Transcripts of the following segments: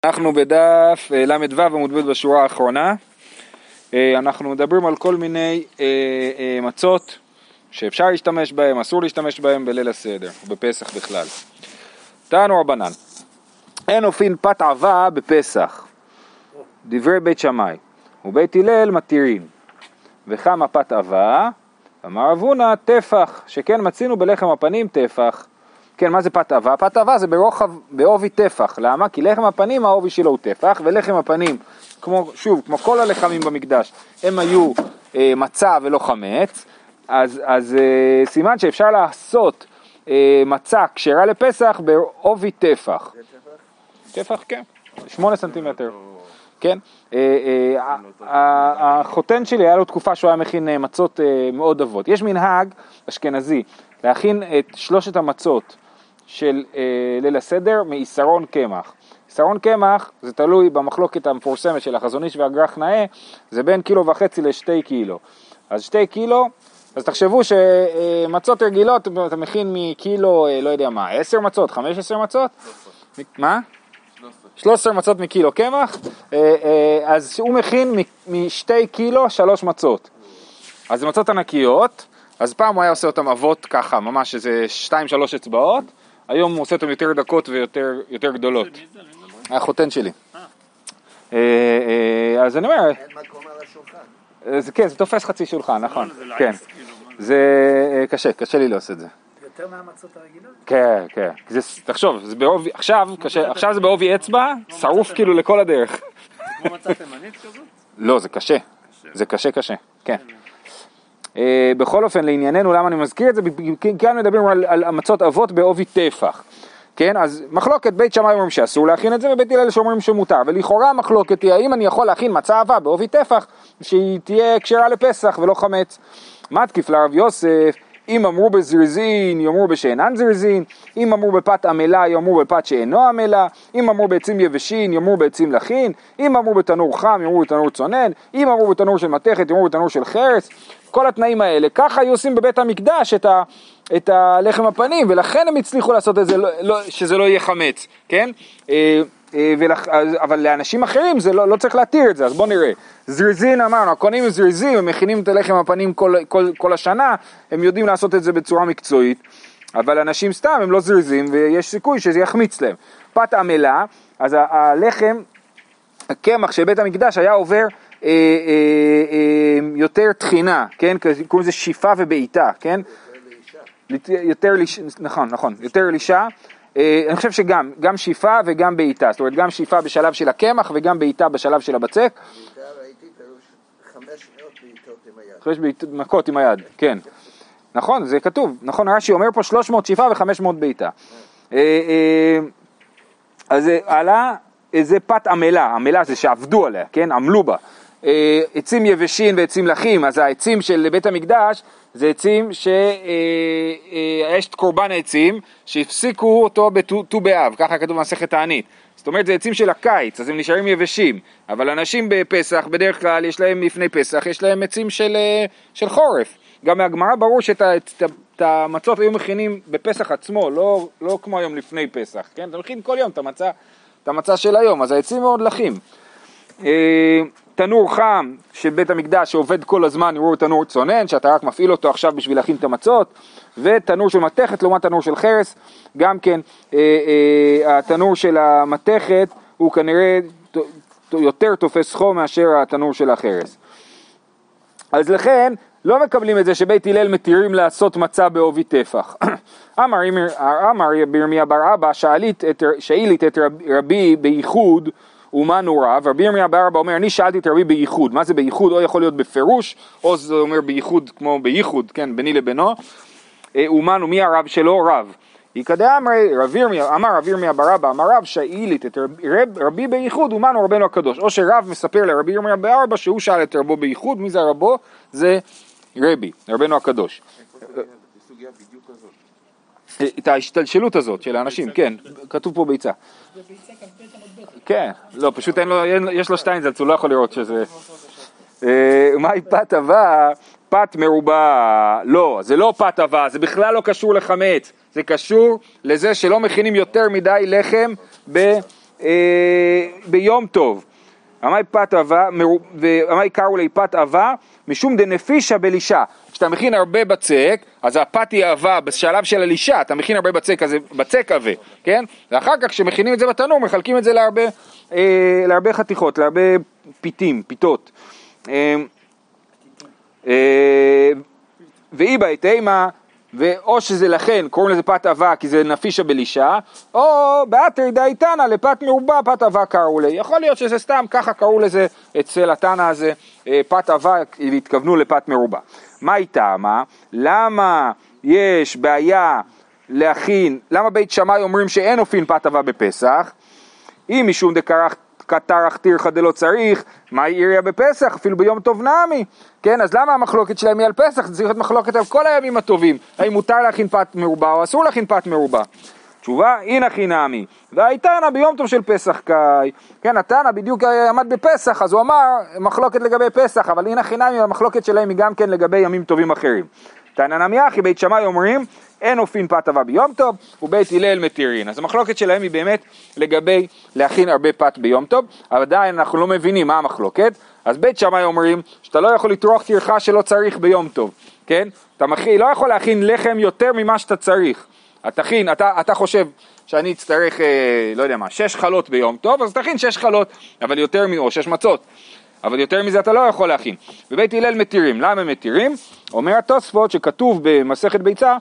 אנחנו בדף למדו עמוד ב' בשורה האחרונה. אנחנו מדברים על כל מיני מצות שאפשר להשתמש בהם, אסור להשתמש בהם בליל הסדר, בפסח בכלל. תנו רבנן, אין אופין פת עבה בפסח, דברי בית שמאי, ובית הלל מתירים. וכמה פת עבה? אמר אבונה טפח, שכן מצינו בלחם הפנים טפח. כן, מה זה פת עבה? פת עבה זה בעובי טפח. למה? כי לחם הפנים העובי שלו הוא טפח, ולחם הפנים, כמו כל הלחמים במקדש, הם היו מצה ולא חמץ, אז סימן שאפשר לעשות מצה כשרה לפסח בעובי טפח. טפח, כן, 8 סנטימטר. כן, החותן שלי היה לו תקופה שהוא היה מכין מצות מאוד עבות. יש מנהג אשכנזי להכין את 3 המצות של ליל הסדר מעיסרון קמח. עיסרון קמח זה תלוי במחלוקת המפורסמת של החזון איש והגר"ח נאה, זה בין 1.5 קילו ל2 קילו. אז 2 קילו, אז תחשבו שמצות רגילות אתה מכין מקילו, לא יודע מה, 10 מצות, 15 מצות? מה? 13 מצות מקילו קמח, אז הוא מכין מ2 קילו 3 מצות. אז זה מצות ענקיות, אז פעם הוא היה עושה אותם אבות ככה, ממש איזה 2-3 אצבעות, היום הוא עושה אותם יותר דקות ויותר גדולות. החותן שלי. אז אני אומר... אין מקום על השולחן. כן, זה תופס חצי שולחן, נכון. כן. זה קשה לי לעשות את זה. יותר מהמצות הרגילות? כן, כן. תחשוב, עכשיו זה בעובי אצבע, שרוף כאילו לכל הדרך. זה כמו מצה תימנית כזאת? לא, זה קשה. זה קשה, כן. בכל אופן, לענייננו, למה אני מזכיר את זה? כאן מדברים על מצות אבות בעובי טפח. כן, אז מחלוקת בית שמאי אומרים שאסור להכין את זה, ובית הלל שאומרים שמותר. ולכאורה המחלוקת היא, האם אני יכול להכין מצה עבה בעובי טפח, שהיא תהיה כשרה לפסח ולא חמץ. מתקיף לרב יוסף, אם אמרו בזרזין, יאמרו בשאינן זרזין, אם אמרו בפת עמלה, יאמרו בפת שאינו עמלה, אם אמרו בעצים יבשין, יאמרו בעצים לחין, אם אמרו בתנור חם, יאמרו בתנור צונן, אם אמרו בתנור של מתכת, יאמרו בתנור של חרס. כל התנאים האלה, ככה היו עושים בבית המקדש את הלחם הפנים, ולכן הם הצליחו לעשות את זה, שזה לא יהיה חמץ, כן? אבל לאנשים אחרים זה לא צריך להתיר את זה, אז בואו נראה. זרזין אמרנו, הקונים זרזים, הם מכינים את הלחם הפנים כל השנה, הם יודעים לעשות את זה בצורה מקצועית, אבל אנשים סתם הם לא זרזים, ויש סיכוי שזה יחמיץ להם. פת עמלה, אז הלחם, הקמח של בית המקדש היה עובר יותר תחינה, כן? קוראים לזה שיפה ובעיטה, כן? יותר לישה, נכון, יותר לישה. אני חושב שגם שיפה וגם בעיטה, זאת אומרת גם שיפה בשלב של הקמח וגם בעיטה בשלב של הבצק. בעיטה ראיתי 500 בעיטות עם היד. 5 מכות עם היד, כן. נכון, זה כתוב, נכון, רש"י אומר פה 300 שיפה ו500 בעיטה. אז עלה איזה פת עמלה, עמלה זה שעבדו עליה, כן, עמלו בה. עצים יבשים ועצים לחים, אז העצים של בית המקדש זה עצים שיש את קורבן העצים שהפסיקו אותו בט"ו באב, ככה כתוב במסכת תענית. זאת אומרת זה עצים של הקיץ, אז הם נשארים יבשים, אבל אנשים בפסח בדרך כלל יש להם לפני פסח, יש להם עצים של חורף. גם מהגמרא ברור שאת המצות היו מכינים בפסח עצמו, לא כמו היום לפני פסח, כן? אתה מכין כל יום את המצה של היום, אז העצים מאוד לחים. תנור חם של בית המקדש שעובד כל הזמן, יראו תנור צונן, שאתה רק מפעיל אותו עכשיו בשביל להכין את המצות, ותנור של מתכת לעומת תנור של חרס, גם כן התנור של המתכת הוא כנראה יותר תופס חום מאשר התנור של החרס. אז לכן לא מקבלים את זה שבית הלל מתירים לעשות מצה בעובי טפח. אמר בירמיה בר אבא, שאילית את רבי בייחוד, ומה נורא, ורבי ירמיה בר אבא אומר, אני שאלתי את רבי בייחוד, מה זה בייחוד? או יכול להיות בפירוש, או זה אומר בייחוד כמו בייחוד, כן, ביני לבינו, ומה מי הרב שלו? רב. יקדע אמר רבי ירמיה בר אבא, אמר רב שאילית את רבי בייחוד, ומה נו רבנו הקדוש, או שרב מספר לרבי ירמיה בר אבא, שהוא שאל את רבו בייחוד, מי זה רבו? זה רבי, רבנו הקדוש. את ההשתלשלות הזאת של האנשים, כן, כתוב פה ביצה. כן, לא, פשוט יש לו שטיינזלץ, הוא לא יכול לראות שזה... מהי פת עבה? פת מרובה. לא, זה לא פת עבה, זה בכלל לא קשור לחמץ, זה קשור לזה שלא מכינים יותר מדי לחם ביום טוב. אמי פת אבה, ואמי קראו לי פת אבה, משום דנפישה בלישה. כשאתה מכין הרבה בצק, אז הפת היא אבה בשלב של הלישה, אתה מכין הרבה בצק, אז בצק אבה, כן? ואחר כך כשמכינים את זה בתנור, מחלקים את זה להרבה חתיכות, להרבה פיתות. ואי בהתאמה, ואו שזה לכן, קוראים לזה פת אבה, כי זה נפישה בלישה, או באתר דאיתנא לפת מרובה, פת אבה קראו לי. יכול להיות שזה סתם, ככה קראו לזה אצל התנא הזה, פת אבה, והתכוונו לפת מרובה. מה איתה? למה יש בעיה להכין, למה בית שמאי אומרים שאין אופין פת אבה בפסח? אם משום קטרח תירחא דלא צריך, מה יריה בפסח? אפילו ביום טוב נמי. כן, אז למה המחלוקת שלהם היא על פסח? זה צריך להיות מחלוקת על כל הימים הטובים. האם מותר להכין פת מרובה או אסור להכין פת מרובה? תשובה, הנה חינמי. והאיתנא ביום טוב של פסח קאי. כן, התנא בדיוק עמד בפסח, אז הוא אמר מחלוקת לגבי פסח, אבל הנה חינמי, המחלוקת שלהם היא גם כן לגבי ימים טובים אחרים. תנא נמי אחי, בית שמאי אומרים, אין אופין פת אבה ביום טוב, ובית הלל מתירין. אז המחלוקת שלהם היא באמת לגבי להכין הרבה פת ביום טוב, אבל עדיין אנחנו לא מבינים מה המחלוקת. אז בית שמאי אומרים שאתה לא יכול לטרוח טרחה שלא צריך ביום טוב, כן? אתה לא יכול להכין לחם יותר ממה שאתה צריך. אתה חושב שאני אצטרך, לא יודע מה, 6 חלות ביום טוב, אז תכין 6 חלות, אבל יותר או 6 מצות. אבל יותר מזה אתה לא יכול להכין. בבית הלל מתירים. למה מתירים? אומר התוספות שכתוב במסכת ביצה,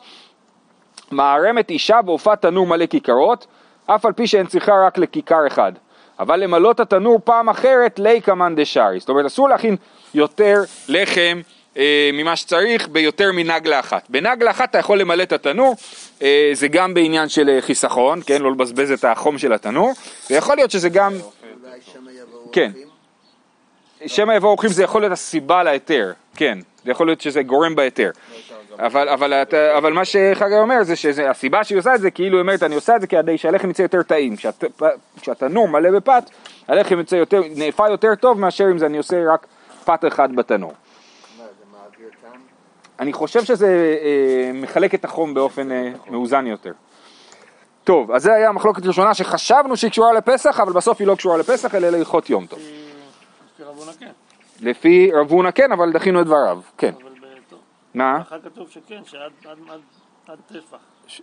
מערמת אישה בעופת תנור מלא כיכרות, אף על פי שהן צריכה רק לכיכר אחד. אבל למלות התנור פעם אחרת, ליקא מאן דשארי. זאת אומרת, אסור להכין יותר לחם ממה שצריך ביותר מנגלה אחת. בנגלה אחת אתה יכול למלא את התנור, זה גם בעניין של חיסכון, כן? לא לבזבז את החום של התנור, ויכול להיות שזה גם... אולי שמה יבואו כן. אורחים? שמה יבואו אורחים זה יכול להיות הסיבה להיתר, כן. זה יכול להיות שזה גורם בהיתר. אבל מה שחגי אומר זה שהסיבה שהיא עושה את זה, כאילו היא אומרת, אני עושה את זה כדי שהלחם יצא יותר טעים. כשהתנור מלא בפת, הלחם יצא יותר, נאפה יותר טוב מאשר אם זה אני עושה רק פת אחד בתנור. מה, זה מעביר טעם? אני חושב שזה מחלק את החום באופן מאוזן יותר. טוב, אז זה היה המחלוקת ראשונה שחשבנו שהיא קשורה לפסח, אבל בסוף היא לא קשורה לפסח, אלא להלכות יום טוב. לפי רב הונא כן. לפי רב הונא כן, אבל דחינו את דבריו, כן. אבל בטוב. מה? אחר כתוב שכן, שעד טפח.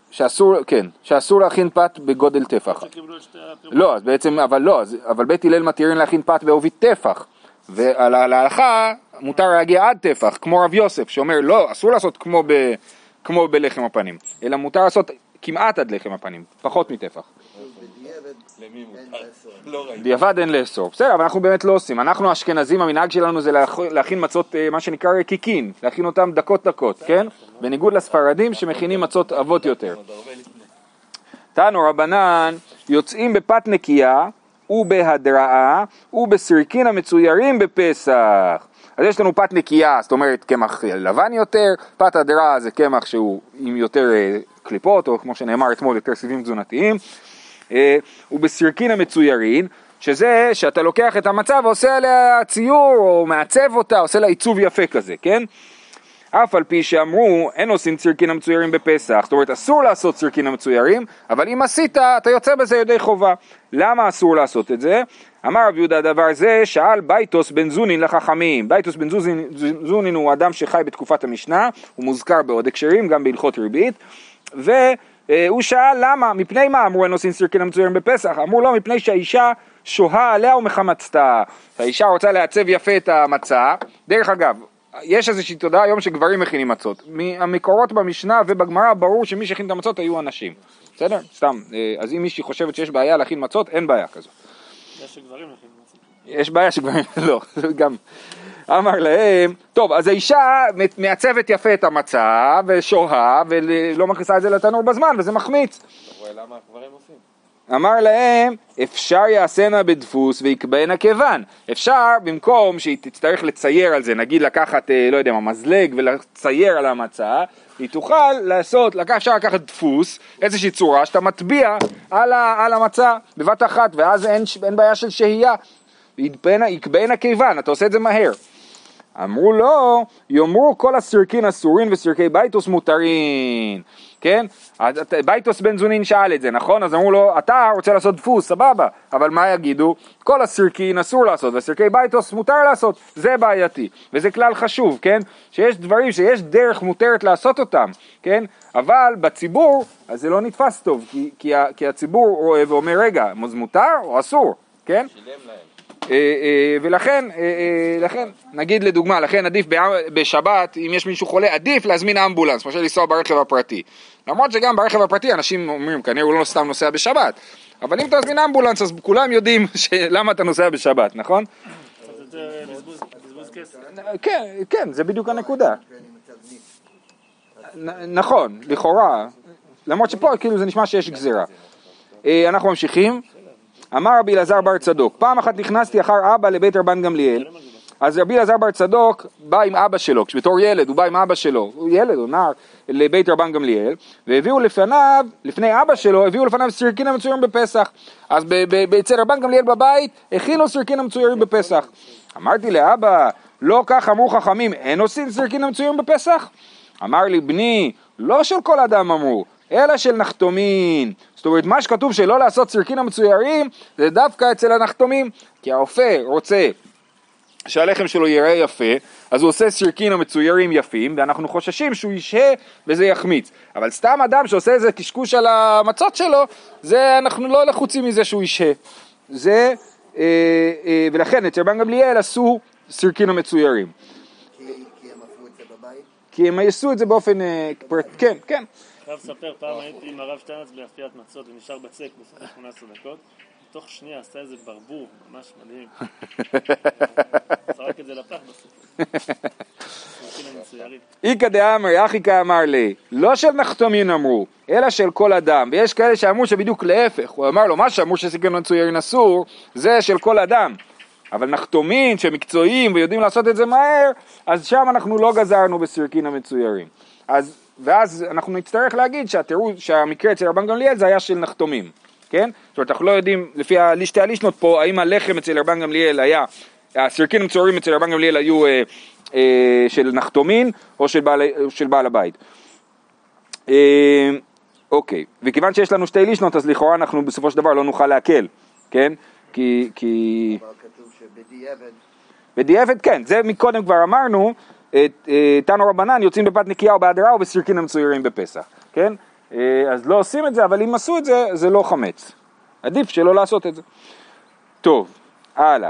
שאסור להכין פת בגודל טפח. שקיבלו את שתי הפירות. לא, אז בעצם, אבל בית הלל מתירים להכין פת בעובי טפח. ועל ההלכה מותר להגיע עד טפח, כמו רב יוסף, שאומר לא, אסור לעשות כמו בלחם הפנים, אלא מותר לעשות כמעט עד לחם הפנים, פחות מטפח. בדיעבד אין לאסור. בסדר, אבל אנחנו באמת לא עושים. אנחנו האשכנזים, המנהג שלנו זה להכין מצות, מה שנקרא רקיקין, להכין אותם דקות, כן? בניגוד לספרדים שמכינים מצות אבות יותר. תנו רבנן יוצאים בפת נקייה ובהדרעה ובסרקין המצוירים בפסח. אז יש לנו פת נקייה, זאת אומרת קמח לבן יותר, פת הדרעה זה קמח שהוא עם יותר קליפות, או כמו שנאמר אתמול יותר סיבים תזונתיים, ובסרקין המצוירים, שזה שאתה לוקח את המצה ועושה עליה ציור, או מעצב אותה, עושה לה עיצוב יפה כזה, כן? אף על פי שאמרו, אין עושים צירקין המצוירים בפסח, זאת אומרת אסור לעשות צירקין המצוירים, אבל אם עשית, אתה יוצא בזה ידי חובה. למה אסור לעשות את זה? אמר רב יהודה דבר זה, שאל בייטוס בן זונין לחכמים. בייטוס בן זונין הוא אדם שחי בתקופת המשנה, הוא מוזכר בעוד הקשרים, גם בהלכות ריבית, והוא שאל למה, מפני מה אמרו אין עושים צירקין המצוירים בפסח? אמרו לא, מפני שהאישה שוהה עליה ומחמצתה. האישה רוצה לעצב יפה את המצה, דרך אגב, יש איזושהי תודעה היום שגברים מכינים מצות. מהמקורות במשנה ובגמרא ברור שמי שהכין את המצות היו אנשים. בסדר? סתם. אז אם מישהי חושבת שיש בעיה להכין מצות, אין בעיה כזו. יש שגברים מכינים מצות. יש בעיה שגברים, לא, גם. אמר להם, טוב, אז האישה מעצבת יפה את המצה ושוהה ולא מכניסה את זה לתנור בזמן וזה מחמיץ. למה הגברים עושים? אמר להם, אפשר יעשנה בדפוס ויקבענה כיוון. אפשר, במקום שהיא תצטרך לצייר על זה, נגיד לקחת, לא יודע מה, מזלג ולצייר על המצה, היא תוכל לעשות, אפשר לקחת דפוס, איזושהי צורה שאתה מטביע על המצה בבת אחת, ואז אין בעיה של שהייה. יקבענה כיוון, אתה עושה את זה מהר. אמרו לו, יאמרו כל הסירקין אסורין וסירקי ביתוס מותרין, כן? ביתוס בן זונין שאל את זה, נכון? אז אמרו לו, אתה רוצה לעשות דפוס, סבבה, אבל מה יגידו? כל הסירקין אסור לעשות, וסירקי ביתוס מותר לעשות, זה בעייתי, וזה כלל חשוב, כן? שיש דברים, שיש מותרת לעשות אותם, כן? אבל בציבור, אז זה לא נתפס טוב, כי הציבור רואה ואומר, רגע, אז מותר או אסור, כן? ולכן, נגיד לדוגמה, לכן עדיף בשבת, אם יש מישהו חולה, עדיף להזמין אמבולנס, מאשר לנסוע ברכב הפרטי. למרות שגם ברכב הפרטי אנשים אומרים, כנראה הוא לא סתם נוסע בשבת, אבל אם אתה מזמין אמבולנס, אז כולם יודעים למה אתה נוסע בשבת, נכון? זה בזבוז כסף. כן, זה בדיוק הנקודה. נכון, לכאורה, למרות שפה כאילו זה נשמע שיש גזירה. אנחנו ממשיכים. אמר רבי אלעזר בר צדוק, פעם אחת נכנסתי אחר אבא לבית רבן גמליאל, אז רבי אלעזר בר צדוק בא עם אבא שלו, כשבתור ילד הוא בא עם אבא שלו, הוא ילד, הוא נער, לבית רבן גמליאל, והביאו לפניו, לפני אבא שלו, הביאו לפניו סירקין המצוירים בפסח, אז אצל רבן גמליאל בבית, הכינו סירקין המצוירים בפסח. אמרתי לאבא, לא כך אמרו חכמים, אין עושים סירקין המצוירים בפסח? אמר לי, בני, לא של כל אדם אמרו, אלא של נחתומין. זאת אומרת, מה שכתוב שלא לעשות סירקין המצוירים, זה דווקא אצל הנחתומים, כי האופה רוצה שהלחם שלו ייראה יפה, אז הוא עושה סירקין המצוירים יפים, ואנחנו חוששים שהוא ישהה וזה יחמיץ. אבל סתם אדם שעושה איזה קשקוש על המצות שלו, זה אנחנו לא לחוצים מזה שהוא ישהה. זה, ולכן אצל רבן גמליאל עשו סירקין המצוירים. כי הם עשו את זה בבית? כי הם עשו את זה באופן, כן, כן. חייב לספר, פעם הייתי עם הרב שטיינץ באפיית מצות ונשאר בצק בסוף 18 דקות, תוך שנייה עשתה איזה ברבור, ממש מדהים. זרק את זה לפח בסוף. איקא דאמר, אחיקה אמר לי, לא של נחתומין אמרו, אלא של כל אדם, ויש כאלה שאמרו שבדיוק להפך, הוא אמר לו, מה שאמרו שסירקין המצוירים אסור, זה של כל אדם. אבל נחתומין שמקצועיים ויודעים לעשות את זה מהר, אז שם אנחנו לא גזרנו בסירקין המצוירים. ואז אנחנו נצטרך להגיד שהמקרה אצל רבן גמליאל זה היה של נחתומים, כן? זאת אומרת, אנחנו לא יודעים, לפי שתי הלישנות פה, האם הלחם אצל רבן גמליאל היה, הסירקין המצוירים אצל רבן גמליאל היו של נחתומין או של בעל הבית. אוקיי, וכיוון שיש לנו שתי לישנות, אז לכאורה אנחנו בסופו של דבר לא נוכל להקל, כן? כי... אבל כתוב שבדיעבד... בדיעבד כן, זה מקודם כבר אמרנו, תנו רבנן יוצאים בפת נקייה או בהדרה או בסירקין המצוירים בפסח, כן? אז לא עושים את זה, אבל אם עשו את זה, זה לא חמץ. עדיף שלא לעשות את זה. טוב, הלאה.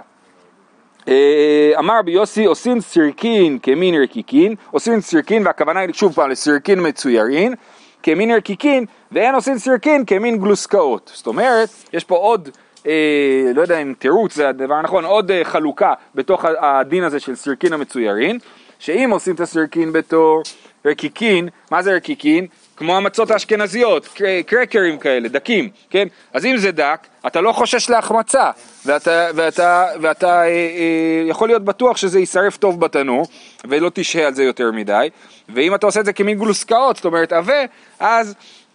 אמר ביוסי, עושים סירקין כמין רקיקין, עושים סירקין, והכוונה היא שוב פעם לסירקין מצוירים, כמין רקיקין, ואין עושים סירקין כמין גלוסקאות. זאת אומרת, יש פה עוד... לא יודע אם תירוץ זה הדבר נכון, עוד חלוקה בתוך הדין הזה של סירקין המצוירים, שאם עושים את הסירקין בתור רקיקין, מה זה רקיקין? כמו המצות האשכנזיות, קרקרים כאלה, דקים, כן? אז אם זה דק, אתה לא חושש להחמצה, ואתה יכול להיות בטוח שזה יישרף טוב בתנור, ולא תשהה על זה יותר מדי, ואם אתה עושה את זה כמין גלוסקאות, זאת אומרת עבה, אז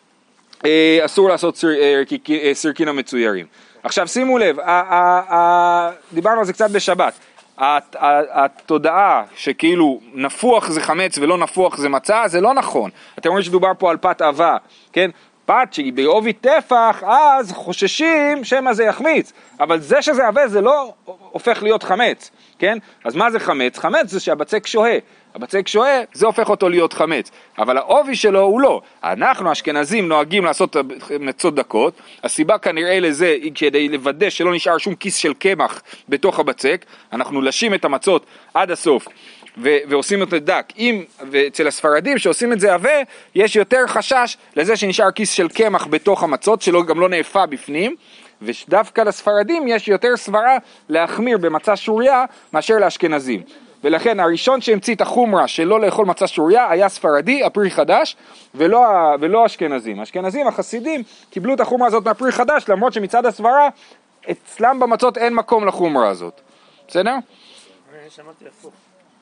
אסור לעשות סירקין המצוירים. עכשיו שימו לב, דיברנו על זה קצת בשבת, התודעה שכאילו נפוח זה חמץ ולא נפוח זה מצה, זה לא נכון. אתם רואים שדובר פה על פת עבה, כן? פת שהיא בעובי טפח, אז חוששים שמה זה יחמיץ, אבל זה שזה עבה זה לא הופך להיות חמץ, כן? אז מה זה חמץ? חמץ זה שהבצק שוהה. הבצק שוהה, זה הופך אותו להיות חמץ, אבל העובי שלו הוא לא. אנחנו אשכנזים נוהגים לעשות מצות דקות, הסיבה כנראה לזה היא כדי לוודא שלא נשאר שום כיס של קמח בתוך הבצק, אנחנו לשים את המצות עד הסוף ועושים את הדק. ואצל הספרדים שעושים את זה עבה, יש יותר חשש לזה שנשאר כיס של קמח בתוך המצות, שלא גם לא נאפה בפנים, ודווקא לספרדים יש יותר סברה להחמיר במצה שוריה מאשר לאשכנזים. ולכן הראשון שהמציא את החומרה שלא לאכול מצה שוריה היה ספרדי, הפרי חדש, ולא אשכנזים. אשכנזים, החסידים, קיבלו את החומרה הזאת מהפרי חדש, למרות שמצד הסברה, אצלם במצות אין מקום לחומרה הזאת. בסדר? אני שמעתי הפוך.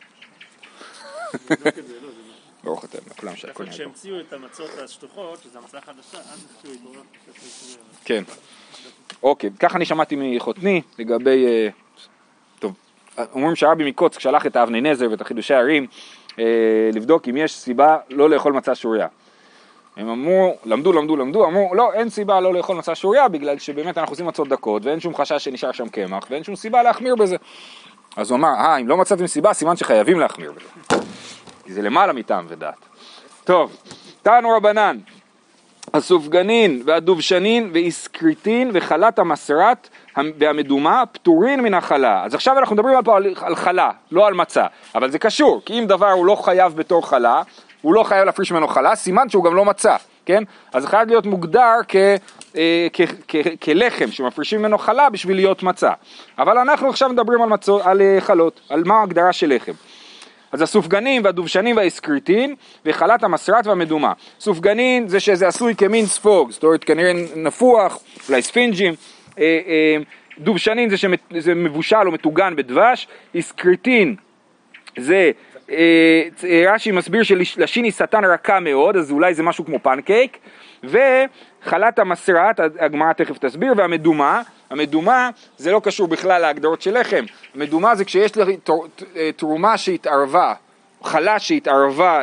ברוך אתם, לכולם שהכל נהיה. כשהמציאו את המצות השטוחות, שזו המצאה חדשה, אז המציאו התעורר. כן. אוקיי, ככה אני שמעתי מחותני לגבי... טוב, אומרים שהרבי מקוץ כשהלך את האבני נזר ואת החידושי הערים לבדוק אם יש סיבה לא לאכול מצה שוריה. הם אמרו, למדו, אמרו, לא, אין סיבה לא לאכול מצה שוריה, בגלל שבאמת אנחנו עושים מצות דקות, ואין שום חשש שנשאר שם קמח, ואין שום סיבה להחמיר בזה. אז הוא אמר, אם לא מצאתם סיבה, סימן שחייבים להחמיר בזה. כי זה למעלה מטעם ודעת. טוב, תנו רבנן, הסופגנין והדובשנין ואיסקריטין וחלת המסרת והמדומה פטורין מן החלה. אז עכשיו אנחנו מדברים פה על חלה, לא על מצה, אבל זה קשור, כי אם דבר הוא לא חייב בתור חלה, הוא לא חייב להפריש ממנו חלה, סימן שהוא גם לא מצה, כן? אז זה חייב להיות מוגדר כלחם שמפרישים ממנו חלה בשביל להיות מצה. אבל אנחנו עכשיו מדברים על חלות, על מה ההגדרה של לחם. אז הסופגנים והדובשנים והאיסקריטין וחלת המסרת והמדומה. סופגנים זה שזה עשוי כמין ספוג, זאת אומרת כנראה נפוח, אולי ספינג'ים. דובשנים זה שזה מבושל או מטוגן בדבש. איסקריטין זה רש"י מסביר שלשיני שטן רכה מאוד, אז אולי זה משהו כמו פנקייק. וחלת המסרת, הגמרא תכף תסביר, והמדומה, המדומה זה לא קשור בכלל להגדרות של לחם. המדומה זה כשיש לך תרומה שהתערבה, חלה שהתערבה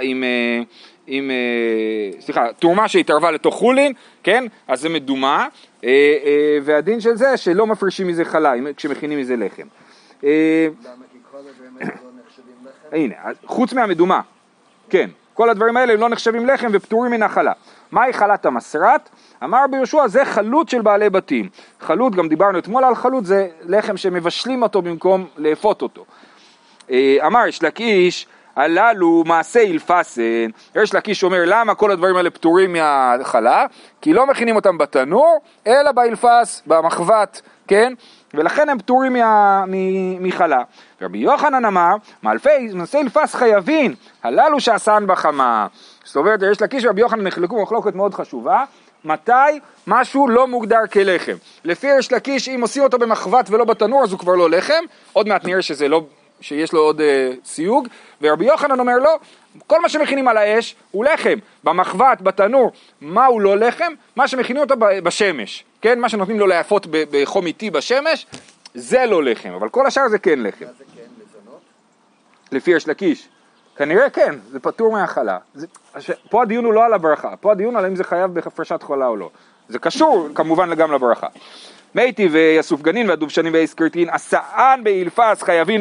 תרומה שהתערבה לתוך חולין, כן? אז זה מדומה, והדין של זה שלא מפרישים מזה חלה כשמכינים מזה לחם. למה? כי כל הדברים האלה לא נחשבים לחם? הנה, חוץ מהמדומה, כן, כל הדברים האלה לא נחשבים לחם ופטורים מן החלה. מהי חלת המסרת? אמר ביהושע, זה חלות של בעלי בתים. חלות, גם דיברנו אתמול על חלות, זה לחם שמבשלים אותו במקום לאפות אותו. אמר יש לקיש, הללו מעשה אילפסן. יש לקיש אומר, למה כל הדברים האלה פטורים מהחלה? כי לא מכינים אותם בתנור, אלא באילפס, במחבת, כן? ולכן הם פטורים מחלה. ורבי יוחנן אמר, מעשה אילפס חייבים, הללו שעשן בחמה. זאת אומרת, יש לקיש ורבי יוחנן נחלקו מחלוקת מאוד חשובה, מתי משהו לא מוגדר כלחם. לפי יש לקיש, אם עושים אותו במחבת ולא בתנור, אז הוא כבר לא לחם, עוד מעט נראה שיש לו עוד סיוג, ורבי יוחנן אומר לא, כל מה שמכינים על האש הוא לחם, במחבת, בתנור, מה הוא לא לחם? מה שמכינים אותו בשמש, כן? מה שנותנים לו להיפות בחום איטי בשמש, זה לא לחם, אבל כל השאר זה כן לחם. מה זה כן, מזונות? לפי יש לקיש. כנראה כן, זה פטור מהחלה. פה הדיון הוא לא על הברכה, פה הדיון על אם זה חייב בהפרשת חלה או לא. זה קשור כמובן גם לברכה. מייטי והסופגנין והדובשנים והאיסקריטין, השען באילפס חייבים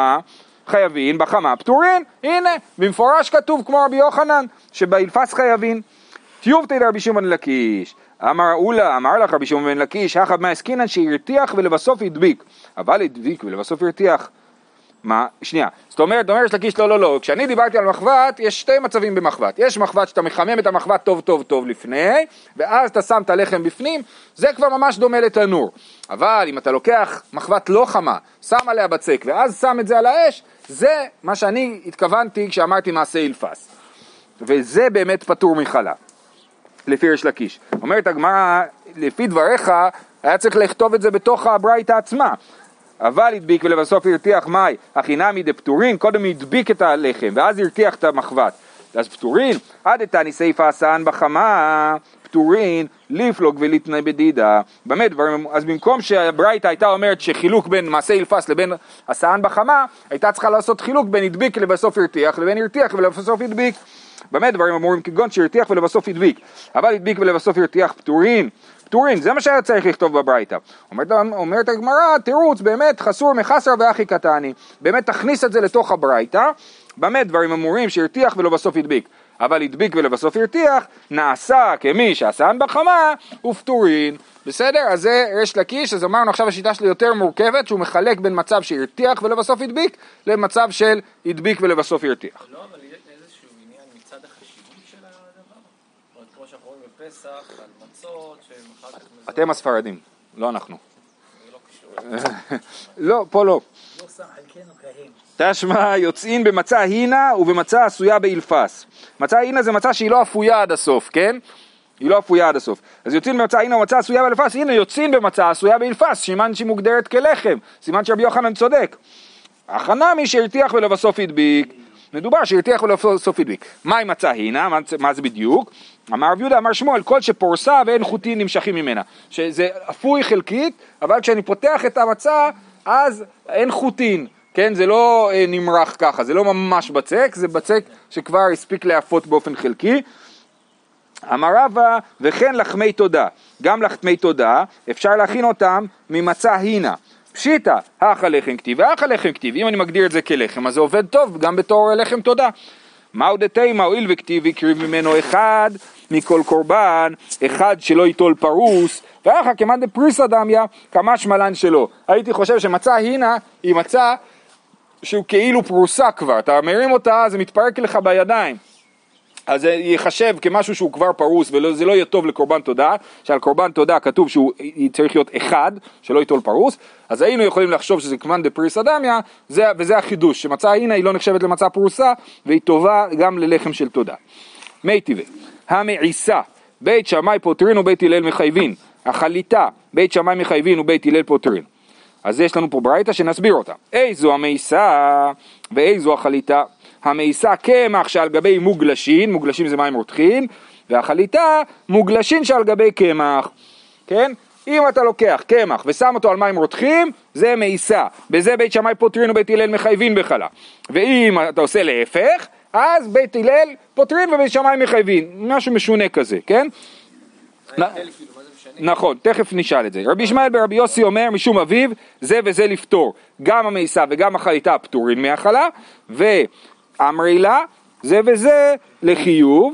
בחמה, פטורין, הנה, במפורש כתוב כמו רבי יוחנן, שבאילפס חייבים. תיובתי לרבי שמעון בן לקיש, אמר לך רבי שמעון בן לקיש, החב מהעסקינן שהרתיח ולבסוף הדביק, אבל הדביק ולבסוף הרתיח. מה? שנייה. זאת אומרת, יש לקיש, לא. כשאני דיברתי על מחבת, יש שתי מצבים במחבת. יש מחבת שאתה מחמם את המחבת טוב לפני, ואז אתה שם את הלחם בפנים, זה כבר ממש דומה לתנור. אבל אם אתה לוקח מחבת לא חמה, שם עליה בצק, ואז שם את זה על האש, זה מה שאני התכוונתי כשאמרתי מעשה אילפס. וזה באמת פטור מחלה. לפי יש לקיש. אומרת הגמרא, לפי דבריך, היה צריך לכתוב את זה בתוך הברייתא עצמה. אבל הדביק ולבסוף הרתיח מאי, החינמי דפטורין, קודם הדביק את הלחם, ואז הרתיח את המחבת. אז פטורין, עד איתני סייפה השען בחמה, פטורין, לפלוג ולתנאי בדידה. באמת, אז במקום שהברייתא הייתה אומרת שחילוק בין מעשה אילפס לבין השען בחמה, הייתה צריכה לעשות חילוק בין הדביק ולבסוף הרתיח, לבין הרתיח ולבסוף הדביק. באמת, דברים אמורים כגון שהרתיח ולבסוף הדביק. אבל הדביק ולבסוף הרתיח פטורין, זה מה שהיה צריך לכתוב בברייתא. אומרת הגמרא, תירוץ, באמת חסור מחסר ואחי קטני. באמת תכניס את זה לתוך הברייתא. באמת דברים אמורים שהרתיח ולבסוף הדביק. אבל הדביק ולבסוף הרתיח, נעשה כמי שעשן בחמה ופטורין. בסדר? אז זה יש לקיש, אז אמרנו עכשיו השיטה שלי יותר מורכבת, שהוא מחלק בין מצב שהרתיח ולבסוף הדביק, למצב של הדביק ולבסוף הרתיח. לא, אבל איזשהו עניין מצד החשיבות של הדבר. כמו שאנחנו רואים בפסח, על מצות, שהם אחר כך מזור. אתם הספרדים, לא אנחנו. זה לא קשור. לא, פה לא. לא שם חלקנו כהם. תשמע, יוצאים במצה הינה ובמצה עשויה באילפס. מצה הינה זה מצה שהיא לא אפויה עד הסוף, כן? היא לא אפויה עד הסוף. אז יוצאים במצה הינה ומצה עשויה באילפס, הנה יוצאים במצה עשויה באילפס, סימן שהיא מוגדרת כלחם, סימן שרבי יוחנן צודק. הכנה מי שהרתיח ולבסוף הדביק. מדובר שהרתיח ולבסוף הדביק. מהי מצה הינה? מה זה בדיוק? אמר רב יהודה, אמר שמואל, כל שפורסה ואין חוטין נמשכים ממנה. שזה אפוי חלקית, אבל כשאני פותח את המצה, אז אין חוטין. כן, זה לא נמרח ככה, זה לא ממש בצק, זה בצק שכבר הספיק להפות באופן חלקי. אמר רבא, וכן לחמי תודה, גם לחמי תודה אפשר להכין אותם ממצה הינה, פשיטה, האכל לחם כתיב והאכל לחם כתיב, אם אני מגדיר את זה כלחם אז זה עובד טוב גם בתור לחם תודה. מהו דתימה הואיל וכתיב יקריב ממנו אחד מכל קורבן, אחד שלא ייטול פרוס, ואחר כמאן דפריסא דמיא כמה שמלן שלו. הייתי חושב שמצה הינה היא מצה שהוא כאילו פרוסה כבר, אתה מרים אותה זה מתפרק לך בידיים, אז זה יחשב כמשהו שהוא כבר פרוס וזה לא יהיה טוב לקורבן תודה, שעל קורבן תודה כתוב שהוא צריך להיות אחד שלא ייטול פרוס, אז היינו יכולים לחשוב שזה כמאן דפריסא דמיא, וזה החידוש, שמצה הנה היא לא נחשבת למצה פרוסה והיא טובה גם ללחם של תודה. מי טבעי, המעיסה, בית שמאי פוטרין ובית הלל מחייבין, החליטה, בית שמאי מחייבין ובית הלל פוטרין. אז יש לנו פה ברייתא שנסביר אותה. איזו המעיסה ואיזו החליטה. המעיסה קמח שעל גבי מוגלשין, מוגלשין זה מים רותחין, והחליטה מוגלשין שעל גבי קמח. כן? אם אתה לוקח קמח ושם אותו על מים רותחים, זה מעיסה. בזה בית שמאי פוטרין ובית הלל מחייבין בחלה. ואם אתה עושה להפך, אז בית הלל פוטרין ובית שמאי מחייבין. משהו משונה כזה, כן? נכון, תכף נשאל את זה. רבי ישמעאל ברבי יוסי אומר משום אביו זה וזה לפתור, גם המעיסה וגם החליטה פטורים מהחלה, ואמרי לה זה וזה לחיוב,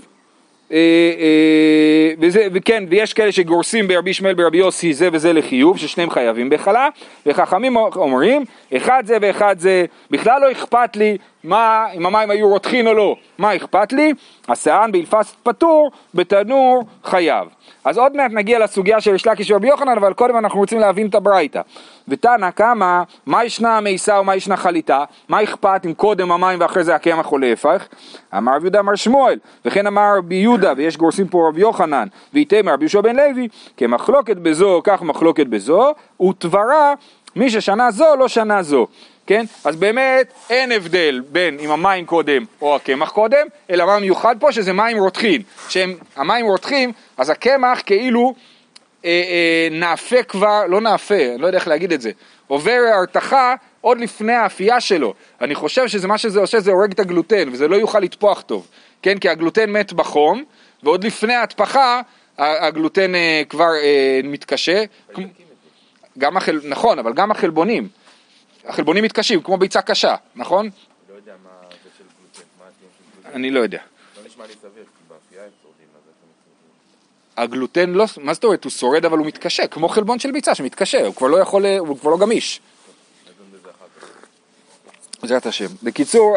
וכן, ויש כאלה שגורסים ברבי ישמעאל ברבי יוסי זה וזה לחיוב, ששניהם חייבים בחלה, וחכמים אומרים אחד זה ואחד זה, בכלל לא אכפת לי מה, אם המים היו רותחין או לא, מה אכפת לי? השען באלפס פטור, בתנור חייב. אז עוד מעט נגיע לסוגיה של ריש לקיש ורבי יוחנן, אבל קודם אנחנו רוצים להבין את הברייתא. ותנא קמא, מה ישנה המעיסה ומה ישנה חליטה? מה אכפת אם קודם המים ואחרי זה הקמח או להפך? אמר רבי יהודה אמר שמואל, וכן אמר רבי יהודה, ויש גורסים פה רבי יוחנן, ואיתמר רבי יהושע בן לוי, כמחלוקת בזו, כך מחלוקת בזו, ותברא מי ששנה זו לא שנה זו. כן? אז באמת אין הבדל בין אם המים קודם או הקמח קודם, אלא מה מיוחד פה שזה מים רותחים. שהם המים רותחים, אז הקמח כאילו נאפה כבר, לא נאפה, אני לא יודע איך להגיד את זה, עובר הרתחה עוד לפני האפייה שלו. אני חושב שזה מה שזה עושה, זה הורג את הגלוטן, וזה לא יוכל לתפוח טוב. כן? כי הגלוטן מת בחום, ועוד לפני ההתפחה, הגלוטן כבר מתקשה. נכון, אבל גם החלבונים. החלבונים מתקשים, כמו ביצה קשה, נכון? לא יודע מה זה של גלוטן, מה הטיעון של גלוטן? אני לא יודע. לא נשמע לי סביר, כי באפייה הם שורדים, אז איך הם שורדים? הגלוטן לא, מה זאת אומרת? הוא שורד אבל הוא מתקשה, כמו חלבון של ביצה שמתקשה, הוא כבר לא יכול, הוא כבר לא גמיש. נדון בזה אחר כך. בעזרת השם. בקיצור,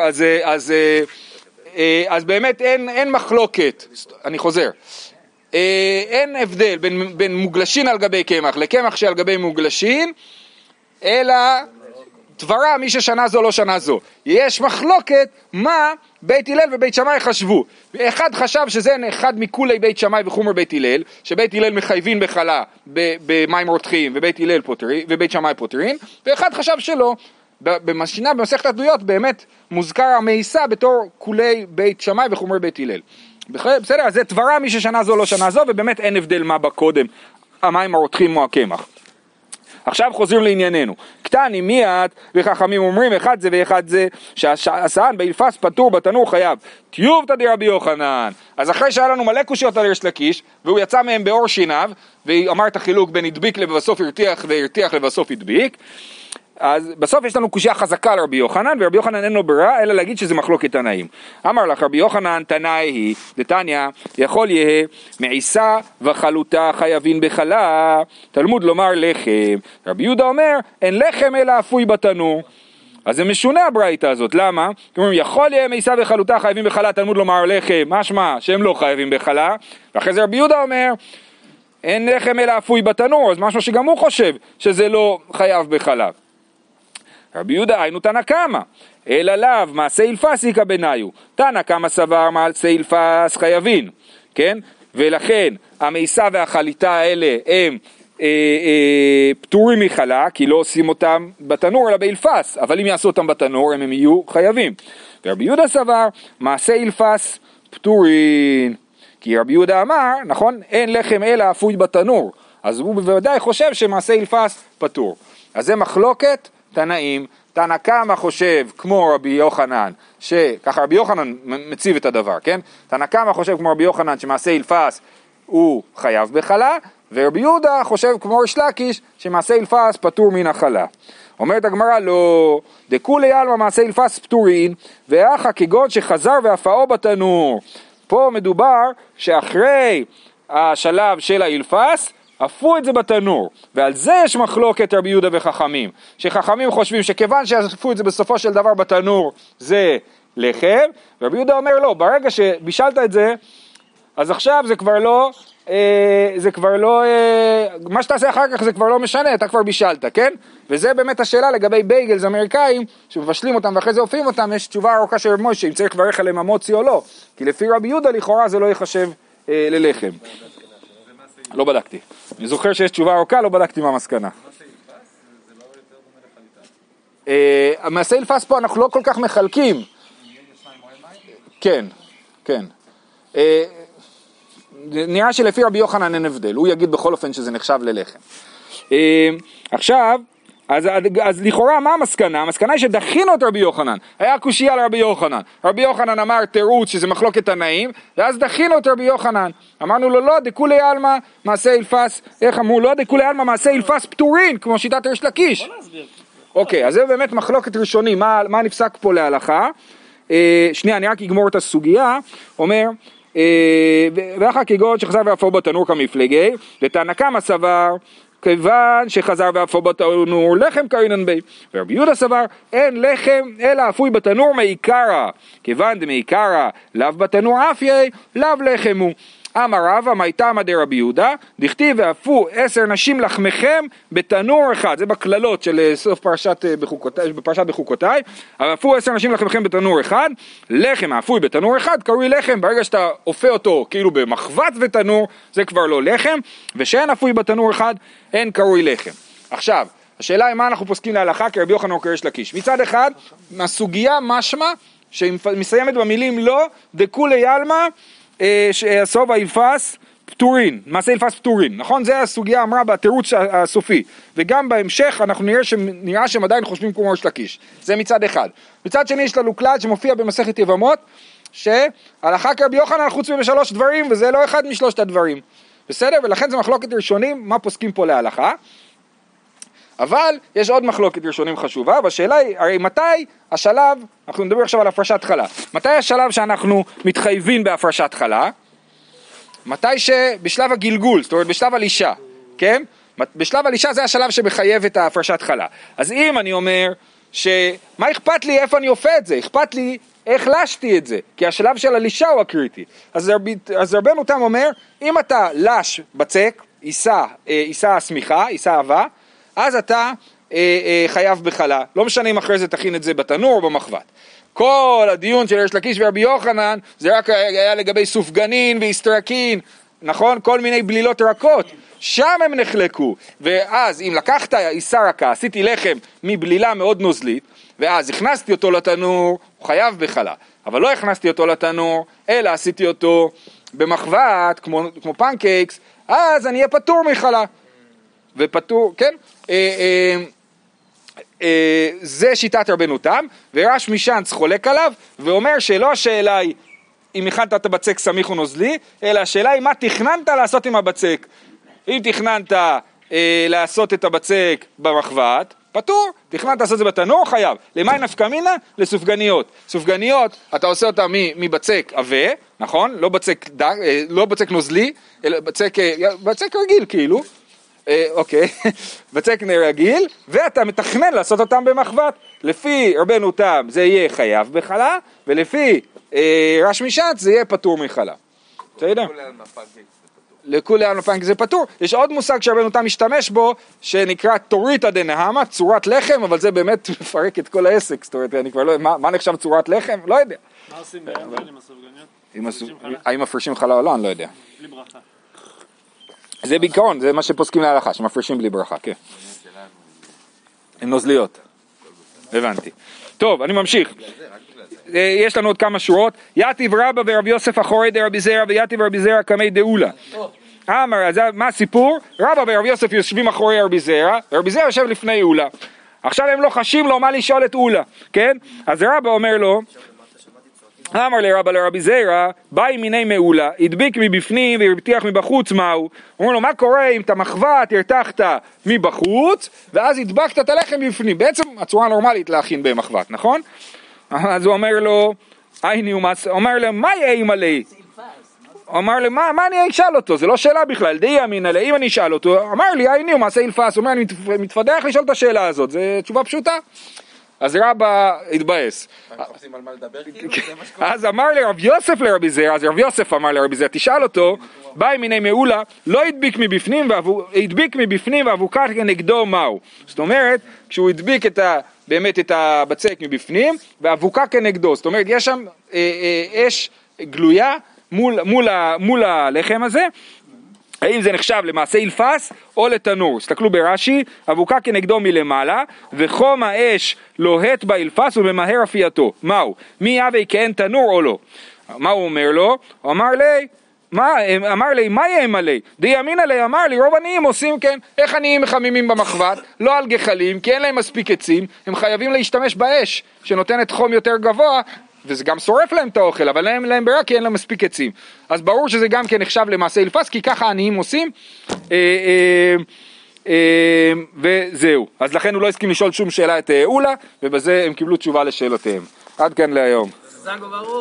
אז באמת אין מחלוקת, אני חוזר. אין הבדל בין מוגלשין על גבי קמח לקמח שעל גבי מוגלשין, אלא דברה מי ששנה זו לא שנה זו. יש מחלוקת מה בית הלל ובית שמאי חשבו. אחד חשב שזה אחד מכולי בית שמאי וחומר בית הלל, שבית הלל מחייבים בחלה במים רותחים ובית שמאי פוטרין, ואחד חשב שלא. במשנה במסכת עדויות באמת מוזכר המעיסה בתור כולי בית שמאי וחומר בית הלל. בסדר, אז זה דברה מי ששנה זו לא שנה זו, ובאמת אין הבדל מה בקודם, המים הרותחים או הקמח. עכשיו חוזרים לענייננו. קטני מיד וחכמים אומרים אחד זה ואחד זה, שהשען באלפס פטור בתנור חייב. טיובתא דרבי יוחנן. אז אחרי שהיה לנו מלא קושיות על ריש לקיש, והוא יצא מהם באור שיניו, ואמר את החילוק בין הדביק לבסוף הרתיח והרתיח לבסוף הדביק, אז בסוף יש לנו קושיה חזקה לרבי יוחנן, ורבי יוחנן אין לו ברירה אלא להגיד שזה מחלוקת תנאים. אמר לך רבי יוחנן תנאי היא, דתניא, יכול יהיה מעיסה וחלוטה חייבים בחלה, תלמוד לומר לחם. רבי יהודה אומר אין לחם אלא אפוי בתנור. אז זה משונה הברייתא הזאת, למה? כלומר, יכול יהיה מעיסה וחלוטה חייבים בחלה, תלמוד לומר לחם, משמע שהם לא חייבים בחלה, ואחרי זה רבי יהודה אומר אין לחם אלא אפוי בתנור, אז משמע שגם הוא חושב שזה לא חייב בחלה. רבי יהודה היינו תנא קמא, אלא לאו מעשה אילפס איכא בניו, תנא קמא סבר מעשה אילפס חייבים, כן? ולכן המעיסה והחליטה האלה הם פטורים מחלה, כי לא עושים אותם בתנור אלא באילפס, אבל אם יעשו אותם בתנור הם יהיו חייבים. ורבי יהודה סבר מעשה אילפס פטורים, כי רבי יהודה אמר, נכון, אין לחם אלא אפוי בתנור, אז הוא בוודאי חושב שמעשה אילפס פטור. אז זה מחלוקת תנאים, תנא קמא חושב כמו רבי יוחנן, שככה רבי יוחנן מציב את הדבר, כן? תנא קמא חושב כמו רבי יוחנן שמעשה אילפס הוא חייב בחלה, ורבי יהודה חושב כמו ריש לקיש שמעשה אילפס פטור מן החלה. אומרת הגמרא לא, דכולי עלמא מעשה אילפס פטורין, ואחא כגון שחזר ואפאו בתנור. פה מדובר שאחרי השלב של האילפס, אפו את זה בתנור, ועל זה יש מחלוקת רבי יהודה וחכמים, שחכמים חושבים שכיוון שאפו את זה בסופו של דבר בתנור זה לחם, ורבי יהודה אומר לא, ברגע שבישלת את זה, אז עכשיו זה כבר לא, מה שתעשה אחר כך זה כבר לא משנה, אתה כבר בישלת, כן? וזה באמת השאלה לגבי בייגלס אמריקאים, שמבשלים אותם ואחרי זה אופים אותם, יש תשובה ארוכה של רב מוישה, אם צריך לברך עליהם המוצי או לא, כי לפי רבי יהודה לכאורה זה לא יחשב ללחם. לא בדקתי. אני זוכר שיש תשובה ארוכה, לא בדקתי מה המסקנה. המעשה אילפס פה אנחנו לא כל כך מחלקים. כן, כן. נראה שלפי רבי יוחנן אין הבדל, הוא יגיד בכל אופן שזה נחשב ללחם. עכשיו, אז לכאורה מה המסקנה? המסקנה היא שדחינו את רבי יוחנן, היה קושייה לרבי יוחנן, רבי יוחנן אמר תירוץ שזה מחלוקת תנאים, ואז דחינו את רבי יוחנן, אמרנו לו לא, דכולי עלמא מעשה אילפס, איך אמרו? לא, דכולי עלמא מעשה אילפס פטורין, כמו שיטת ריש לקיש. אוקיי, אז זה באמת מחלוקת ראשוני, מה נפסק פה להלכה? שנייה, אני רק אגמור את הסוגיה, אומר, ואחר כגון שחזר ואפו בתנור כמפלגי, ותנא קמא סבר, כיוון שחזר ואפו בתנור לחם קרינן בי, ורבי יהודה סבר אין לחם אלא אפוי בתנור מעיקרא, כיוון דמעיקרא לאו בתנור אפיה לאו לחם הוא. אמר רבא מאי תמא דרבי יהודה, דכתיב ואפו 10 נשים לחמכם בתנור אחד, זה בכללות של סוף פרשת בחוקותיי, ואפו 10 נשים לחמכם בתנור אחד, לחם האפוי בתנור אחד קרוי לחם, ברגע שאתה אופה אותו כאילו במחבת ותנור, זה כבר לא לחם, ושאין אפוי בתנור אחד, אין קרוי לחם. עכשיו, השאלה היא מה אנחנו פוסקים להלכה כרבי יוחנן או כריש לקיש. מצד אחד, מהסוגיה משמע, שמסיימת במילים לא, דכולי עלמא, סוף האילפס פטורין, מעשה אילפס פטורין, נכון? זה הסוגיה אמרה בתירוץ הסופי, וגם בהמשך אנחנו נראה שהם עדיין חושבים כמו ריש לקיש, זה מצד אחד. מצד שני יש לנו כלל שמופיע במסכת יבמות, שהלכה כרבי יוחנן חוץ מ3 דברים, וזה לא אחד מ3 הדברים, בסדר? ולכן זה מחלוקת ראשונים, מה פוסקים פה להלכה? אבל יש עוד מחלוקת ראשונים חשובה, והשאלה היא, הרי מתי השלב, אנחנו נדבר עכשיו על הפרשת חלה, מתי השלב שאנחנו מתחייבים בהפרשת חלה? מתי שבשלב הגלגול, זאת אומרת בשלב הלישה, כן? בשלב הלישה זה השלב שמחייב את ההפרשת חלה. אז אם אני אומר, מה אכפת לי איפה אני אופה את זה? אכפת לי איך לשתי את זה, כי השלב של הלישה הוא הקריטי. אז רבנו תם אומר, אם אתה לש בצק, עיסה סמיכה, עיסה אהבה, אז אתה חייב בחלה, לא משנה אם אחרי זה תכין את זה בתנור או במחבת. כל הדיון של ריש לקיש ורבי יוחנן, זה רק היה לגבי סופגנין ואיסטרקין, נכון? כל מיני בלילות רכות, שם הם נחלקו, ואז אם לקחת עיסה רכה, עשיתי לחם מבלילה מאוד נוזלית, ואז הכנסתי אותו לתנור, הוא חייב בחלה, אבל לא הכנסתי אותו לתנור, אלא עשיתי אותו במחבת, כמו פנקייקס, אז אני אהיה פטור מחלה. ופטור, כן? זה שיטת רבנו תם, ורש משנץ חולק עליו, ואומר שלא השאלה היא אם הכנת את הבצק סמיך או נוזלי, אלא השאלה היא מה תכננת לעשות עם הבצק. אם תכננת לעשות את הבצק במחבת, פטור, תכננת לעשות את זה בתנור, חייב. למה נפקא מינה? לסופגניות. סופגניות, אתה עושה אותה מבצק עבה, נכון? לא בצק נוזלי, אלא בצק רגיל כאילו, אוקיי, בצק רגיל, ואתה מתכנן לעשות אותם במחבת. לפי רבנו תם זה יהיה חייב בחלה, ולפי רש משנץ זה יהיה פטור מחלה. בסדר? לכולי עלמא פנקייקס זה פטור. יש עוד מושג שרבנו תם משתמש בו, שנקרא תוריתא דנהמה, צורת לחם, אבל זה באמת מפרק את כל העסק. זאת אומרת, אני כבר לא, מה נחשב צורת לחם? לא יודע. מה עושים בערב עם הסופגניות? האם מפרשים חלה או לא? אני לא יודע. בלי ברכה. זה בעיקרון, זה מה שפוסקים להלכה, שמפרשים בלי ברכה, כן. הן נוזליות. הבנתי. טוב, אני ממשיך. יש לנו עוד כמה שורות. יתיב רבא ורב יוסף אחורי דרבי זרע, ויתיב רבי זרע קמי דאולה. אמר, מה הסיפור? רבא ורב יוסף יושבים אחורי רבי זרע, ורבי זרע יושב לפני אולה. עכשיו הם לוחשים לו מה לשאול את אולה, כן? אז רבא אומר לו, אמר לרבא לרבי זירא, באי מיני מעולה, הדביק מבפנים והרתיח מבחוץ, מהו? אומר לו, מה קורה אם את המחבת הרתחת מבחוץ, ואז הדבקת את הלחם מבפנים? בעצם הצורה נורמלית להכין במחבת, נכון? אז הוא אומר לו, אומר לו, מה יהיה עם עלי? אמר לי, מה אני אשאל אותו? זה לא שאלה בכלל, די אמין עלי, אם אני אשאל אותו, אמר לי, הייני הוא מעשה אלפס, אומר, אני מתפדח לשאול את השאלה הזאת, זו תשובה פשוטה. אז רבא התבאס. אז אמר לרב יוסף לרבי זירא, אז רב יוסף אמר לרבי זירא, תשאל אותו, באי מיני מעולה, לא הדביק מבפנים ואבוקה כנגדו מהו. זאת אומרת, כשהוא הדביק באמת את הבצק מבפנים, ואבוקה כנגדו, זאת אומרת, יש שם אש גלויה, מול הלחם הזה, האם זה נחשב למעשה אלפס או לתנור? הסתכלו ברש"י, אבוקה כנגדו מלמעלה, וחום האש לוהט באלפס ובמהר אפייתו. מהו? מי יהווה כאין תנור או לא? מה הוא אומר לו? הוא אמר לי, מה יהיה מלא? די אמין עלי, אמר לי, רוב עניים עושים כן, איך עניים מחממים במחבת? לא על גחלים, כי אין להם מספיק עצים, הם חייבים להשתמש באש, שנותנת חום יותר גבוה, וזה גם שורף להם את האוכל, אבל אין להם ברירה כי אין להם מספיק עצים. אז ברור שזה גם כן נחשב למעשה אלפס, כי ככה עניים עושים, וזהו. אז לכן הוא לא הסכים לשאול שום שאלה את אולה, ובזה הם קיבלו תשובה לשאלותיהם. עד כאן להיום.